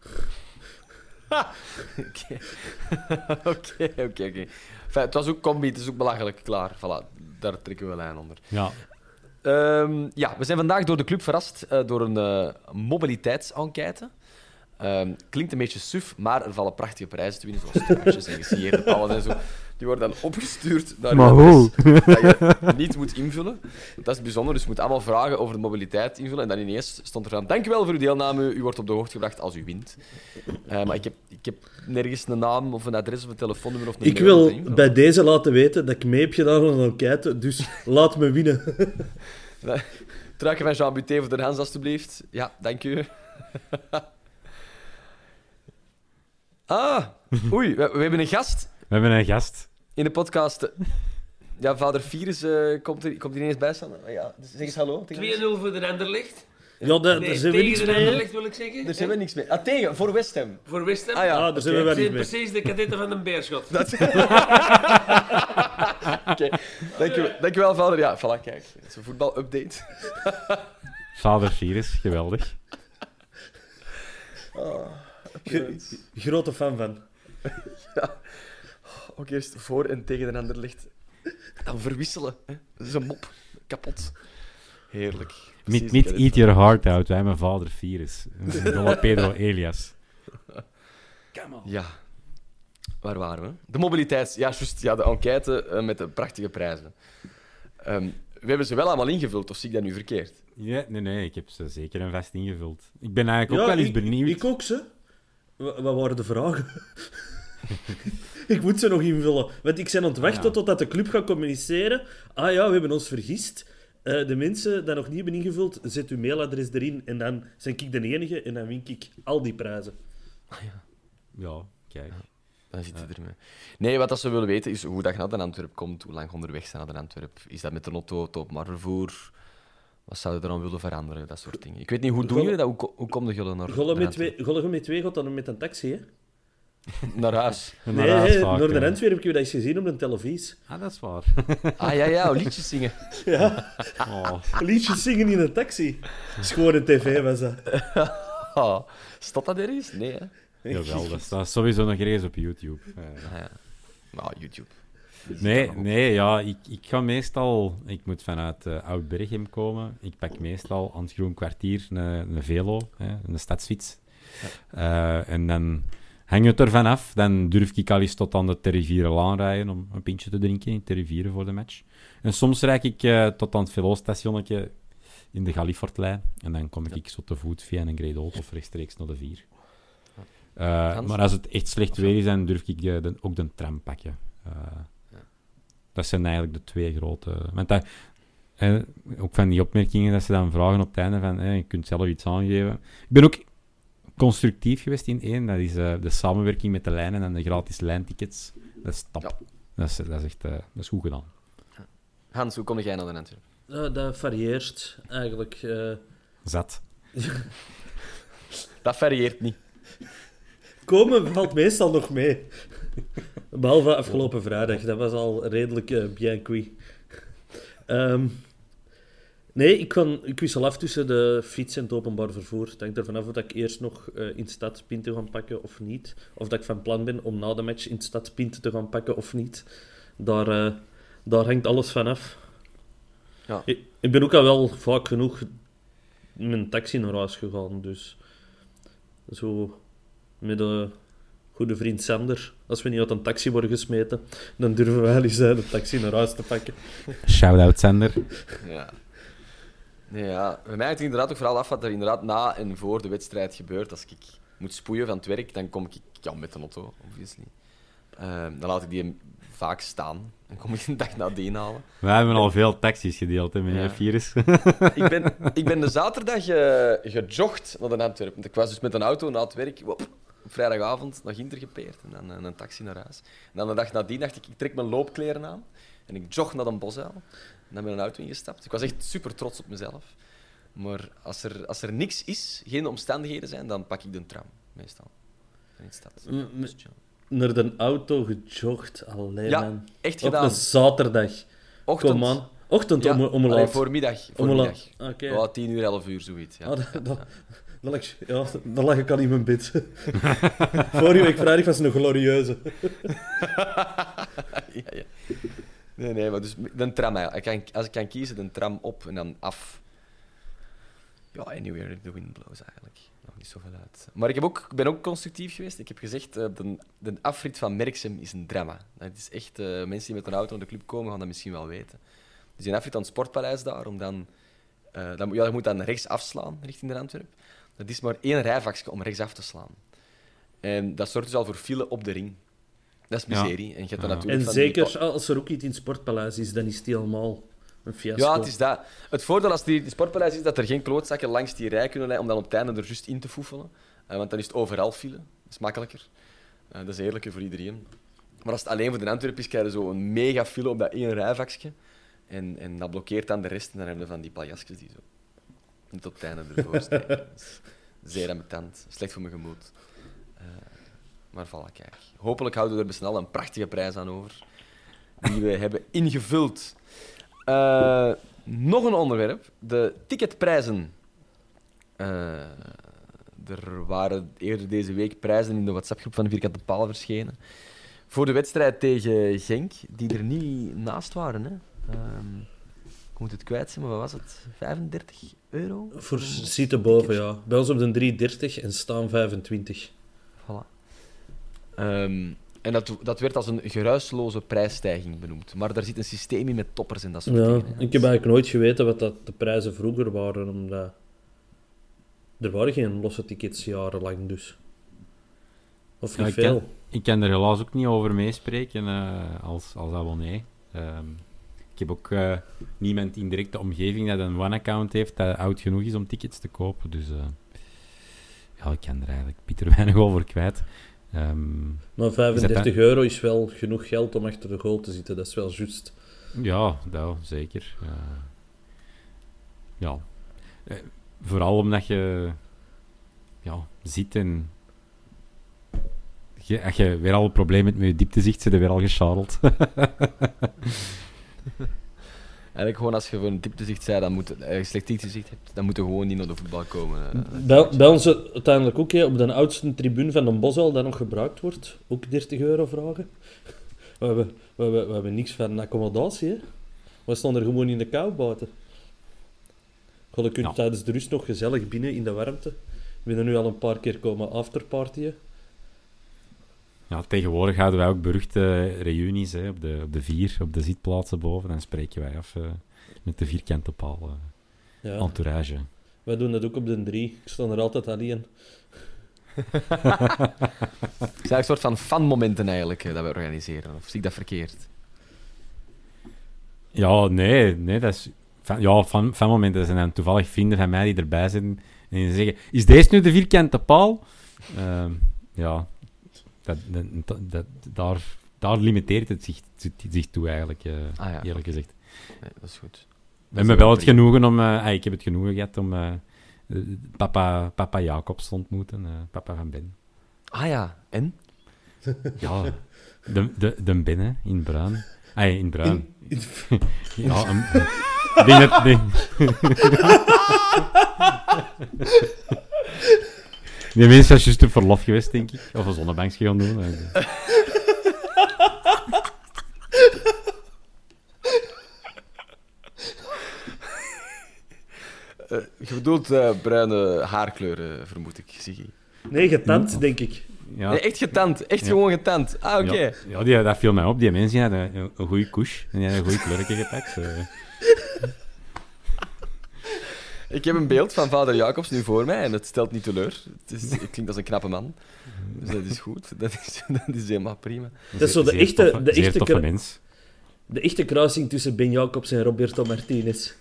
Oké, oké, oké, oké. Het was ook combi, het is ook belachelijk, klaar. Voilà, daar trekken we een lijn onder. Ja. Um, ja, we zijn vandaag door de club verrast uh, door een uh, mobiliteitsenquête. Um, klinkt een beetje suf, maar er vallen prachtige prijzen te winnen, zoals truitjes en gesigneerde pallen en zo. Die worden dan opgestuurd naar maar een adres dat je niet moet invullen. Dat is bijzonder, dus je moet allemaal vragen over de mobiliteit invullen. En dan ineens stond er van, dank u wel voor uw deelname, u wordt op de hoogte gebracht als u wint. Uh, maar ik heb, ik heb nergens een naam of een adres of een telefoonnummer of een ik wil of bij deze laten weten dat ik mee heb gedaan aan een enquête, dus laat me winnen. Truiken van Jean Buté voor de Hans, alstublieft. Ja, dank u. Ah, oei, we, we hebben een gast. We hebben een gast. In de podcast. Ja, vader Virus uh, komt, er, komt er ineens bij staan. Ja, zeg eens hallo. twee nul voor de Anderlecht. Ja, daar nee, zijn we niks mee. mee. Anderlecht wil ik zeggen. Daar zijn we niks mee. Ah, tegen, voor West Ham. Voor West Ham? Ah ja, ah, daar zijn we wel niet mee. Precies de kadetten van een Beerschot. Dat... Oké, okay. Dankjewel, dankjewel, vader. Ja, voilà, kijk. Het is een voetbal-update. Vader Virus, geweldig. Oh, G- grote fan van. Ja. Ook eerst voor en tegen de ander ligt. Dan verwisselen. Hè. Dat is een mop. Kapot. Heerlijk. Niet, niet eat your heart out, wij mijn vader Virus. Dolle Pedro Elias. Ja. Waar waren we? De mobiliteit. Ja, juist. Ja, de enquête uh, met de prachtige prijzen. Um, we hebben ze wel allemaal ingevuld, of zie ik dat nu verkeerd? Ja, nee, nee, ik heb ze zeker en vast ingevuld. Ik ben eigenlijk ook ja, wel eens ik, benieuwd. Ik ook, ze. Wat waren de vragen? Ik moet ze nog invullen. Want ik ben aan het wachten ja. totdat de club gaat communiceren. Ah ja, we hebben ons vergist. Uh, de mensen die nog niet hebben ingevuld, zet uw mailadres erin en dan ben ik de enige en dan win ik al die prijzen. Ah, ja. Ja, kijk. Ja, dan zit je ja. ermee. Nee, wat ze willen weten is hoe dat je naar de Antwerp komt, hoe lang je onderweg zijn naar de Antwerp. Is dat met de auto, het openbaar vervoer? Wat zouden er dan willen veranderen? Dat soort dingen. Ik weet niet, hoe doen jullie dat? Hoe, hoe komen jullie naar Golle met twee, Golle met twee gaat dan met een taxi, hè? Naar huis. Nee, naar, huis vaak, naar de ja. Antwerp heb je dat eens gezien op de televisie. Ah, dat is waar. Ah, ja, ja, liedjes zingen. Ja. Oh. Liedjes zingen in een taxi. Schoon tv was dat. Oh. Staat dat er eens? Nee, hè? Jawel, dat staat sowieso nog ergens op YouTube. Uh, Ah, ja. Nou, YouTube. Nee, nee, ja, ik, ik ga meestal... Ik moet vanuit uh, Oud-Berchem komen. Ik pak meestal aan het Groen Kwartier een, een velo, hè, een stadsfiets. Ja. Uh, en dan hang het ervan af. Dan durf ik al eens tot aan de Terrivierenlaan rijden om een pintje te drinken in Terrivieren voor de match. En soms rijd ik uh, tot aan het velostationnetje in de Gallifortlijn. En dan kom ik ja. zo te voet via een Grade Old of rechtstreeks naar de vier. Uh, maar als het echt slecht weer is, dan durf ik uh, de, ook de tram pakken. Uh, ja. Dat zijn eigenlijk de twee grote... Want dat, eh, ook van die opmerkingen dat ze dan vragen op het einde van eh, je kunt zelf iets aangeven. Ik ben ook constructief geweest in één. Dat is uh, de samenwerking met de lijnen en de gratis lijntickets. Dat is top. Ja. Dat, is, dat is echt uh, dat is goed gedaan. Hans, hoe kom jij naar de Antwerpen? Uh, dat varieert eigenlijk. Uh... Zat. Dat varieert niet. Komen valt meestal nog mee. Behalve afgelopen vrijdag. Dat was al redelijk uh, bien cuit. Um, nee, ik, kan, ik wissel af tussen de fiets en het openbaar vervoer. Het hangt ervan af of ik eerst nog uh, in stad pinten ga pakken of niet. Of dat ik van plan ben om na de match in stad pinten te gaan pakken of niet. Daar, uh, daar hangt alles van af. Ja. Ik, ik ben ook al wel vaak genoeg met een taxi naar huis gegaan. Dus zo met een goede vriend Sander, als we niet uit een taxi worden gesmeten, dan durven we wel eens uh, de taxi naar huis te pakken. Shout-out Sander. Ja. Nee, ja. Bij mij hangt het inderdaad ook vooral af wat er inderdaad na en voor de wedstrijd gebeurt. Als ik moet spoeien van het werk, dan kom ik ja, met een auto, obviously. Uh, dan laat ik die vaak staan. Dan kom ik een dag nadien halen. We hebben al veel taxis gedeeld, hè, meneer ja. Virus. ik, ben, ik ben de zaterdag uh, gejogd naar de Antwerpen. Want ik was dus met een auto na het werk wop, op vrijdagavond naar Ginter gepeerd en dan uh, een taxi naar huis. En dan de dag nadien dacht ik, ik trek mijn loopkleren aan en ik jog naar een bosuil. En dan ben ik een auto ingestapt. Ik was echt super trots op mezelf. Maar als er, als er niks is, geen omstandigheden zijn, dan pak ik de tram, meestal. In de stad. M- m- naar de auto gejogd, alleen ja, man. echt gedaan. Op een zaterdag. Ochtend. Kom aan. Ochtend ja, om, om allee, laat. Voormiddag. Voormiddag. Okay. Oh, tien uur, elf uur, zoiets. Ja. Ah, dat, dat, dat lag, ja, dat lag ik al in mijn bed. Vorige week vrijdag was een glorieuze. ja, ja. Nee, nee, maar dus de tram eigenlijk. Ik kan, als ik kan kiezen, de tram op en dan af. Ja, anywhere the wind blows eigenlijk. Nog niet zoveel uit. Maar ik, heb ook, ik ben ook constructief geweest. Ik heb gezegd, uh, de, de afrit van Merksem is een drama. Dat is echt, uh, mensen die met een auto naar de club komen, gaan dat misschien wel weten. Dus een afrit aan het Sportpaleis daar, om dan... Uh, dan ja, je moet dan rechts afslaan, richting de Antwerp. Dat is maar één rijvakje om rechts af te slaan. En dat zorgt dus al voor file op de ring. Dat is miserie. Ja. En, je hebt dan ja. natuurlijk en van zeker die... als er ook iets in het Sportpaleis is, dan is het helemaal een fiasco. Ja, het is dat. Het voordeel als die, die Sportpaleis is dat er geen klootzakken langs die rij kunnen rijden om dan op het einde er juist in te foefelen. Uh, want dan is het overal file. Dat is makkelijker. Uh, dat is eerlijker voor iedereen. Maar als het alleen voor de Antwerp is, krijg je zo een mega file op dat één rijvakje. En, en dat blokkeert dan de rest. En dan hebben we van die paljasjes die zo niet op het einde ervoor steken. Zeer ambetant. Slecht voor mijn gemoed. Uh, maar voilà, kijk. Hopelijk houden we er snel een prachtige prijs aan over. Die we hebben ingevuld. Uh, nog een onderwerp. De ticketprijzen. Uh, er waren eerder deze week prijzen in de WhatsApp-groep van de Vierkante Paal verschenen. Voor de wedstrijd tegen Genk, die er niet naast waren. Hè. Um, ik moet het kwijt zijn, maar wat was het? vijfendertig euro? Voor zitten boven, ja. Bij ons op de drie dertig en staan vijfentwintig. Voilà. Um, en dat, dat werd als een geruisloze prijsstijging benoemd. Maar daar zit een systeem in met toppers en dat soort ja, dingen. Hè. Ik heb eigenlijk nooit geweten wat dat de prijzen vroeger waren, omdat er waren geen losse tickets jarenlang, dus. Of niet ja, veel. Ik kan, ik kan er helaas ook niet over meespreken uh, als, als abonnee. Um, ik heb ook uh, niemand in directe omgeving dat een one-account heeft dat oud genoeg is om tickets te kopen. Dus uh, ja, ik kan er eigenlijk Pieter weinig over kwijt. Um, maar vijfendertig euro is wel genoeg geld om achter de goal te zitten, dat is wel juist. Ja, nou, zeker. Uh, ja. Uh, vooral omdat je ja, zit en je, als je weer al een probleem hebt met je dieptezicht, zit je weer al gescharreld. Eigenlijk gewoon als je voor een dieptezicht zei, dan moet, uh, slecht dieptezicht hebt, dan moet je gewoon niet naar de voetbal komen. Uh, Bij, bij ons uiteindelijk ook, hè, op de oudste tribune van de Bosuil, dat nog gebruikt wordt. Ook dertig euro vragen. We hebben, we hebben, we hebben niks van accommodatie, hè. We staan er gewoon in de kou buiten. Je kunt Ja. tijdens de rust nog gezellig binnen in de warmte. We zijn nu al een paar keer komen afterpartyen. Ja, tegenwoordig houden wij ook beruchte reunies hè, op, de, op de vier, op de zitplaatsen boven. Dan spreken wij af uh, met de vierkante paal uh, Ja. entourage. Wij doen dat ook op de drie. Ik sta er altijd alleen. Het is eigenlijk een soort van fanmomenten eigenlijk, uh, dat we organiseren. Of zie ik dat verkeerd? Ja, nee, nee, dat is... Fan, ja, fan, fanmomenten zijn dan toevallig vrienden van mij die erbij zitten en die zeggen, is deze nu de vierkante paal? Uh, ja, dat, dat, dat, daar, daar limiteert het zich, zich toe eigenlijk, uh, Ah, ja. eerlijk gezegd. Nee, dat is goed. We hebben wel het genoegen om... Uh, ah, ik heb het genoegen gehad om uh, papa, papa Jacobs te ontmoeten, uh, papa van Ben. Ah ja, en? Ja, de, de, de Ben, hè, in Bruin. Ah, in Bruin. In, in... Ja, een... Ik denk dat... Nee. Die mensen is juist op verlof geweest, denk ik. Of een zonnebankje gaan doen. Uh, je bedoelt uh, bruine haarkleuren, vermoed ik, Siggy. Nee, getand, denk ik. Ja. Nee, echt getand. Echt Ja. gewoon getand. Ah, oké. Ja, ja die, dat viel mij op. Die mensen die hadden een, een goede couche. En die hadden een goede kleurtje gepakt. Uh. Ik heb een beeld van vader Jacobs nu voor mij en het stelt niet teleur. Het, is, het klinkt als een knappe man. Dus dat is goed. Dat is, dat is helemaal prima. Dat is zo de Zeer echte, toffe- de, zeer echte toffe kru- mens. de echte kruising tussen Ben Jacobs en Roberto Martinez.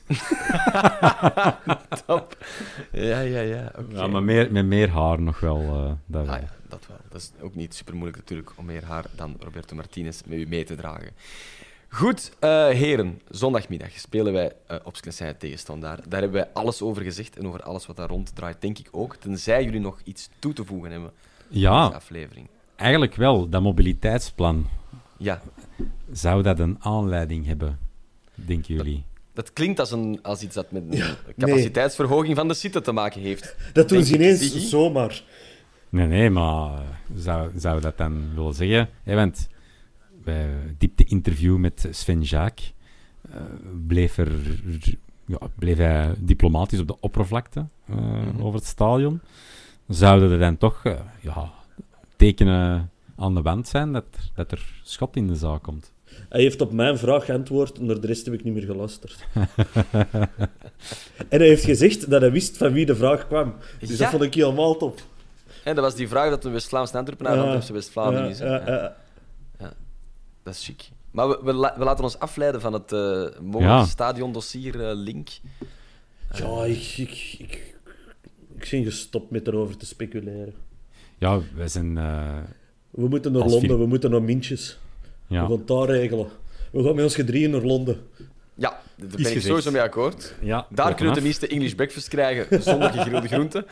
Top. Ja, ja, ja. Okay. Ja, maar meer, met meer haar nog wel. Uh, dat wel. Ah ja, dat wel. Dat is ook niet super moeilijk natuurlijk om meer haar dan Roberto Martinez met u mee te dragen. Goed, uh, heren. Zondagmiddag spelen wij uh, op Sclessin tegen Standaard. Daar hebben wij alles over gezegd en over alles wat daar rond draait, denk ik ook. Tenzij jullie nog iets toe te voegen hebben aan Ja, deze aflevering. eigenlijk wel. Dat mobiliteitsplan. Ja, Zou dat een aanleiding hebben, denken jullie? dat klinkt als, een, als iets dat met een Ja, capaciteitsverhoging van de site te maken heeft. Dat doen Denk ze ik, ineens Ziggy? Nee, zomaar. nee, maar uh, zou, zou dat dan willen zeggen? Hè, want bij diepte-interview met Sven Jaak uh, bleef, er, ja, bleef hij diplomatisch op de oppervlakte uh, Mhm. over het stadion. Zouden er dan toch uh, ja, tekenen aan de wand zijn dat, dat er schot in de zaak komt? Hij heeft op mijn vraag geantwoord, en naar de rest heb ik niet meer geluisterd. En hij heeft gezegd dat hij wist van wie de vraag kwam. Dus Ja. dat vond ik helemaal top. En dat was die vraag dat een West-Vlaams Antwerpenaar Ja. Antwerpse West-Vlaming is. Hè? Ja, ja, ja. Dat is chic. Maar we, we, la- we laten ons afleiden van het uh, mogelijke Ja. stadiondossier-link. Ja, ik, ik, ik, ik ben gestopt met erover te speculeren. Ja, wij zijn... Uh, We moeten naar Als Londen, vier- we moeten naar Mintjes. ja. We gaan het daar regelen. We gaan met ons gedrieën naar Londen. Ja, daar ben ik gezegd. sowieso mee akkoord. Ja, Daar kun je vanaf. tenminste English breakfast krijgen zonder gegrilde groenten.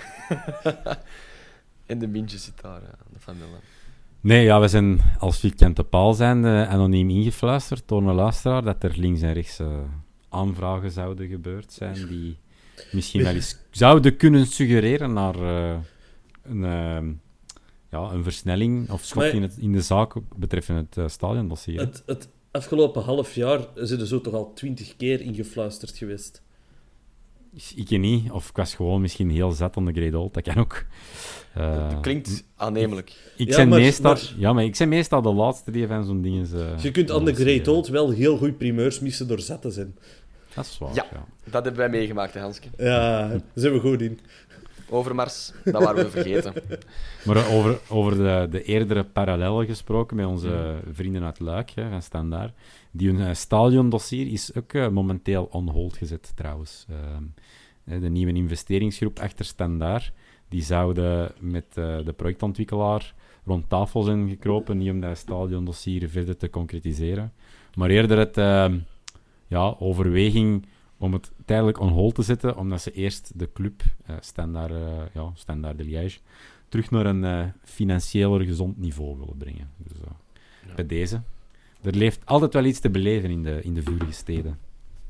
En de mintjes zit daar, ja, de vanille. Nee, ja, we zijn als vierkante paal zijn uh, anoniem ingefluisterd door een luisteraar dat er links en rechts uh, aanvragen zouden gebeurd zijn die misschien wel eens zouden kunnen suggereren naar uh, een, uh, ja, een versnelling of schot Maar- in, het, in de zaak betreffende het uh, stadiondossier. Het, het afgelopen half jaar zijn er zo toch al twintig keer ingefluisterd geweest. Ik niet, of ik was gewoon misschien heel zat on the Great Old, dat kan ook. Uh, Dat klinkt aannemelijk. ik, Ja, ben maar- meestal, maar- ja, maar ik ben meestal de laatste die van zo'n dingen... Uh, Je kunt aan de Great Old wel heel goed primeurs missen door zat te zijn. Dat is waar, Ja. ja. Dat hebben wij meegemaakt, hè, Hanske. Ja, daar zijn we goed in. Overmars, dat waren we vergeten. Maar over, over de, de eerdere parallellen gesproken met onze vrienden uit Luik, hè, van Standaard. Die hun uh, stadiondossier is ook uh, momenteel on hold gezet, trouwens. Uh, de nieuwe investeringsgroep achter Standaard, die zouden met uh, de projectontwikkelaar rond tafel zijn gekropen, niet om dat stadiondossier verder te concretiseren, maar eerder het uh, ja, overweging om het tijdelijk on hold te zetten, omdat ze eerst de club, uh, Standaard, uh, ja, Standaard de Liège, terug naar een uh, financiëler gezond niveau willen brengen. Dus uh, ja. Bij deze. Er leeft altijd wel iets te beleven in de, in de vurige steden.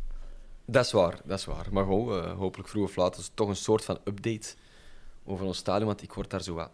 Dat is waar, dat is waar. Maar gewoon, uh, hopelijk vroeg of laat is het toch een soort van update over ons stadion, want ik word daar zo wat...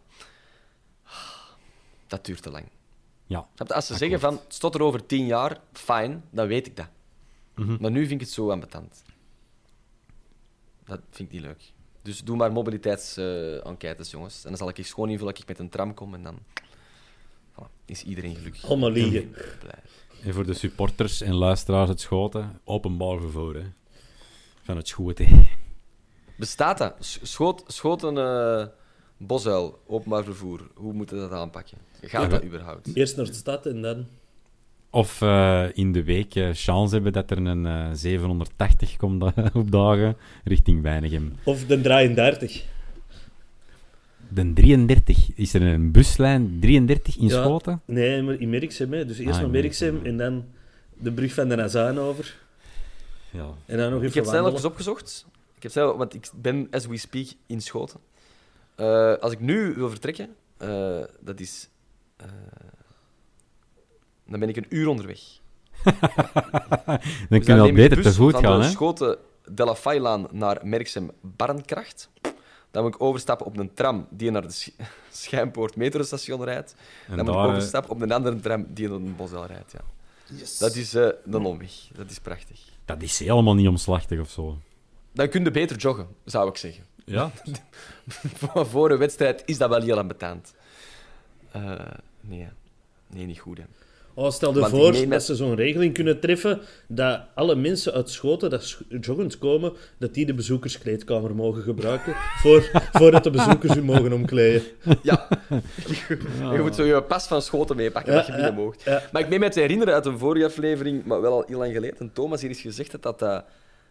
Dat duurt te lang. Ja. Als ze zeggen van, het staat er over tien jaar, fijn, dan weet ik dat. Mm-hmm. Maar nu vind ik het zo ambetant. Dat vind ik niet leuk. Dus doe maar mobiliteitsenquêtes, uh, jongens. En dan zal ik eens gewoon invullen dat ik met een tram kom en dan voilà, is iedereen gelukkig. Allemaal liegen. Blij. En voor de supporters en luisteraars het Schoten, openbaar vervoer, hè. Van het Schoten. Bestaat dat? Schoot, schoten uh, Bosuil, openbaar vervoer. Hoe moeten we dat aanpakken? Gaat Ja, dat we- überhaupt? Eerst naar de stad en dan... Of uh, in de week uh, chance hebben dat er een uh, zevenhonderdtachtig komt opdagen richting Weinigem. Of de drieëndertig. De drieëndertig. Is er een buslijn drieëndertig in Ja. Schoten? Nee, maar in Merksem, hè. Dus eerst Ah, naar in Merksem Merksem. en dan de brug van de Nazaan over. Ja. En dan nog Ik even heb snel wandelen. even opgezocht. Ik heb snel, want ik ben, as we speak, in Schoten. Uh, als ik nu wil vertrekken, uh, dat is... Uh, dan ben ik een uur onderweg. Dan Dus kun je al neem ik beter de te bus voet van gaan, de hè? Schoten de la Faylaan naar Merksem-Barnkracht. Dan moet ik overstappen op een tram die naar de Sch- Schijnpoort metrostation rijdt. En Dan moet daar, ik eh, overstappen op een andere tram die naar een Bosuil rijdt. Ja. Dat is uh, een omweg. Dat is prachtig. Dat is helemaal niet omslachtig of zo. Dan kun je beter joggen, zou ik zeggen. Ja? Voor- Voor een wedstrijd is dat wel heel ambetant. Uh, nee, nee, niet goed. Hè. Oh, stel je Want ik voor meen met- dat ze zo'n regeling kunnen treffen dat alle mensen uit Schoten dat sch- joggend komen, dat die de bezoekerskleedkamer mogen gebruiken voor, voordat de bezoekers u mogen omkleden. Ja. En je moet zo je pas van Schoten meepakken, Ja, dat je binnen ja, moogt. ja. Maar ik meen me te herinneren uit een vorige aflevering, maar wel al heel lang geleden, en Thomas hier is gezegd dat dat uh,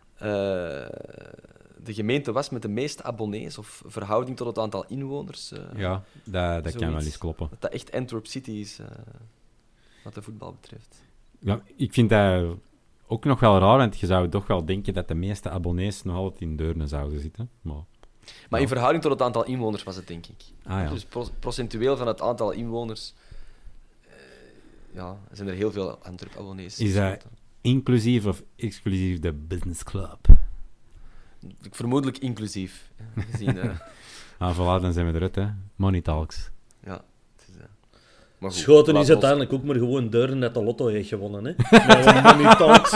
de gemeente was met de meeste abonnees, of verhouding tot het aantal inwoners. Uh, Ja, dat, dat kan wel zoiets. eens kloppen. Dat dat echt Antwerp City is, uh, wat de voetbal betreft. Ja, ik vind dat ook nog wel raar, want je zou toch wel denken dat de meeste abonnees nog altijd in Deurne zouden zitten. Maar, Maar Ja. in verhouding tot het aantal inwoners was het, denk ik. ah ja. Dus pro- procentueel van het aantal inwoners uh, ja, zijn er heel veel Antwerp-abonnees. Is dat inclusief of exclusief de business club? Vermoedelijk inclusief. hè, Gezien, uh, Ah, voilà, dan zijn we eruit, hè. Money talks. ja, het is, uh, maar goed, Schoten laat is los. uiteindelijk ook maar gewoon Deurne dat de lotto heeft gewonnen. Hè? Maar we niet talks.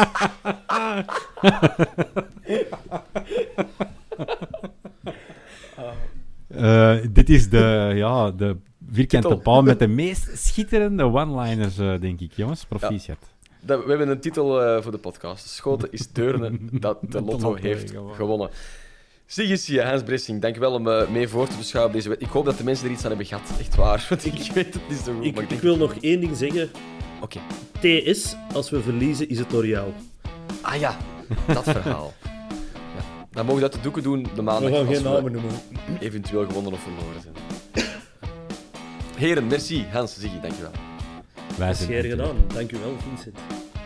Eh, dit is de, ja, de vierkante Titel. paal met de meest schitterende one-liners, eh, denk ik. Jongens, proficiat. Dat, we hebben een titel uh, voor de podcast. Schoten is Deurne dat de De lotto lotto heeft heeft gewonnen. gewonnen. Zie eens hier, Hans Bressing. Dankjewel om uh, mee voor te beschouwen op deze wet. Ik hoop dat de mensen er iets aan hebben gehad. Echt waar. Want ik weet het niet zo goed. Ik, maar ik ik denk... wil nog één ding zeggen. Oké. T S, als we verliezen, is het door jou. Ah ja, dat verhaal. Ja. Dan mogen we dat de doeken doen de maandag. We gaan als geen namen noemen. eventueel gewonnen of verloren zijn. Heren, merci. Hans, Ziggy, dankjewel. Wij zijn Scheer Antwerp. gedaan. Dank u wel, Vincent.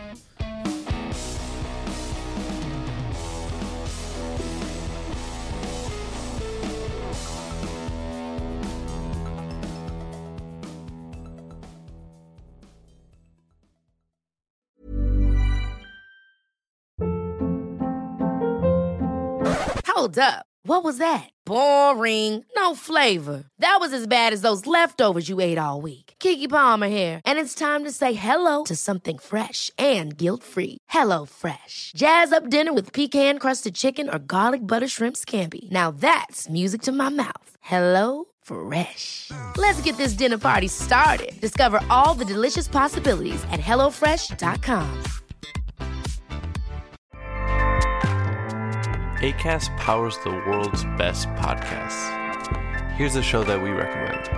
Hold up. What was that? Boring. No flavor. That was as bad as those leftovers you ate all week. Keke Palmer here, and it's time to say hello to something fresh and guilt-free. Hello Fresh. Jazz up dinner with pecan-crusted chicken or garlic butter shrimp scampi. Now that's music to my mouth. Hello Fresh. Let's get this dinner party started. Discover all the delicious possibilities at hello fresh dot com. Acast powers the world's best podcasts. Here's a show that we recommend.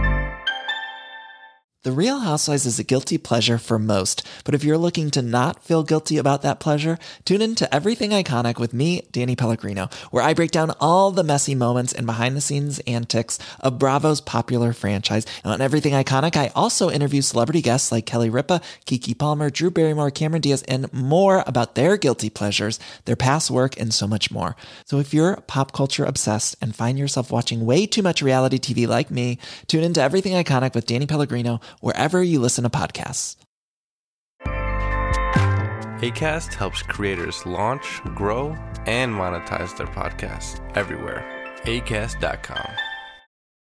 The Real Housewives is a guilty pleasure for most, but if you're looking to not feel guilty about that pleasure, tune in to Everything Iconic with me, Danny Pellegrino, where I break down all the messy moments and behind-the-scenes antics of Bravo's popular franchise. And on Everything Iconic, I also interview celebrity guests like Kelly Ripa, Keke Palmer, Drew Barrymore, Cameron Diaz, and more about their guilty pleasures, their past work, and so much more. So if you're pop culture obsessed and find yourself watching way too much reality T V like me, tune in to Everything Iconic with Danny Pellegrino, wherever you listen to podcasts. Acast helps creators launch, grow, and monetize their podcasts everywhere. acast dot com.